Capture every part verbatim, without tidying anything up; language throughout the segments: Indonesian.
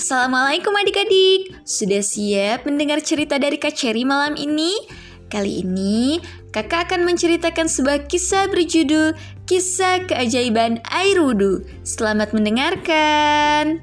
Assalamualaikum adik-adik. Sudah siap mendengar cerita dari Kak Cherry malam ini? Kali ini kakak akan menceritakan sebuah kisah berjudul Kisah Keajaiban Air Wudhu. Selamat mendengarkan.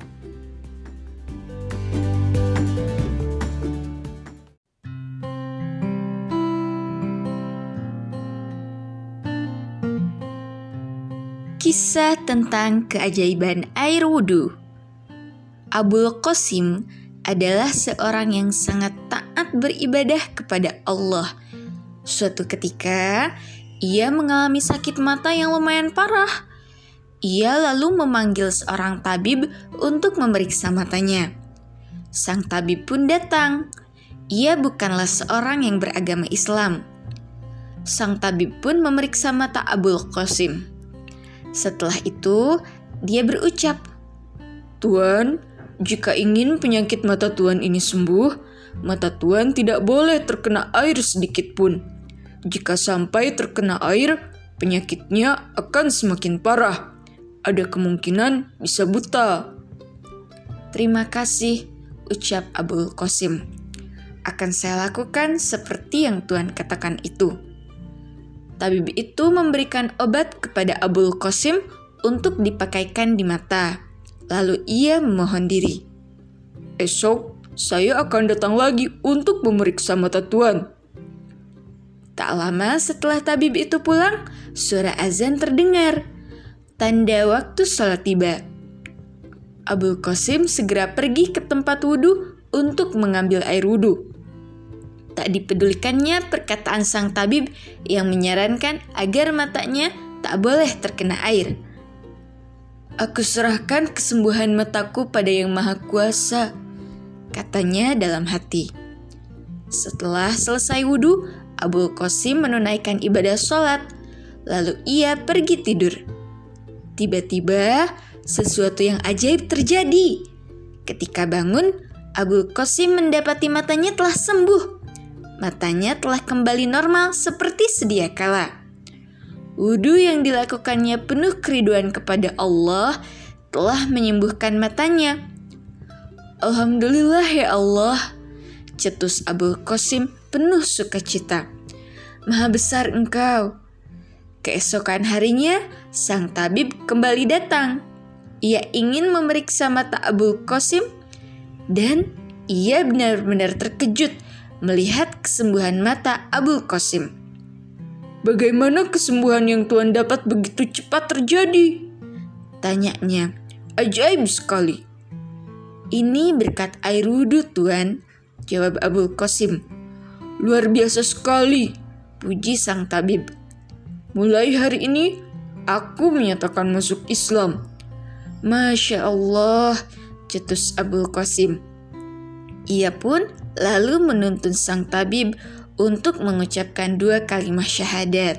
Kisah tentang keajaiban air wudhu. Abul Qasim adalah seorang yang sangat taat beribadah kepada Allah. Suatu ketika, ia mengalami sakit mata yang lumayan parah. Ia lalu memanggil seorang tabib untuk memeriksa matanya. Sang tabib pun datang. Ia bukanlah seorang yang beragama Islam. Sang tabib pun memeriksa mata Abul Qasim. Setelah itu, dia berucap, "Tuan, jika ingin penyakit mata Tuan ini sembuh, mata Tuan tidak boleh terkena air sedikit pun. Jika sampai terkena air, penyakitnya akan semakin parah. Ada kemungkinan bisa buta." "Terima kasih," ucap Abul Qasim. "Akan saya lakukan seperti yang Tuan katakan itu." Tabib itu memberikan obat kepada Abul Qasim untuk dipakaikan di mata. Lalu ia memohon diri. "Esok saya akan datang lagi untuk memeriksa mata Tuan." Tak lama setelah tabib itu pulang, suara azan terdengar. Tanda waktu sholat tiba. Abul Qasim segera pergi ke tempat wudhu untuk mengambil air wudhu. Tak dipedulikannya perkataan sang tabib yang menyarankan agar matanya tak boleh terkena air. "Aku serahkan kesembuhan mataku pada Yang Maha Kuasa," katanya dalam hati. Setelah selesai wudhu, Abul Qasim menunaikan ibadah sholat, lalu ia pergi tidur. Tiba-tiba sesuatu yang ajaib terjadi. Ketika bangun, Abul Qasim mendapati matanya telah sembuh. Matanya telah kembali normal seperti sedia kala. Wudhu yang dilakukannya penuh keriduan kepada Allah telah menyembuhkan matanya. "Alhamdulillah ya Allah," cetus Abul Qasim penuh sukacita. "Maha besar Engkau." Keesokan harinya, sang tabib kembali datang. Ia ingin memeriksa mata Abul Qasim dan ia benar-benar terkejut melihat kesembuhan mata Abul Qasim. "Bagaimana kesembuhan yang Tuan dapat begitu cepat terjadi?" tanyanya. "Ajaib sekali." "Ini berkat air wudhu Tuan," jawab Abul Qasim. "Luar biasa sekali," puji sang tabib. "Mulai hari ini, aku menyatakan masuk Islam." "Masya Allah," cetus Abul Qasim. Ia pun lalu menuntun sang tabib untuk mengucapkan dua kalimat syahadat.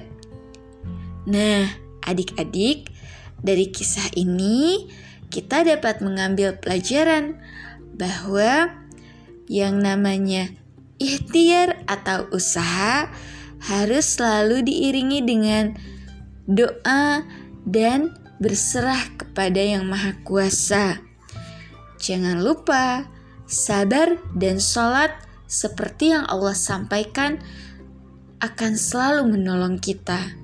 Nah, adik-adik, dari kisah ini kita dapat mengambil pelajaran bahwa yang namanya ikhtiar atau usaha harus selalu diiringi dengan doa dan berserah kepada Yang Maha Kuasa. Jangan lupa sabar dan sholat seperti yang Allah sampaikan akan selalu menolong kita.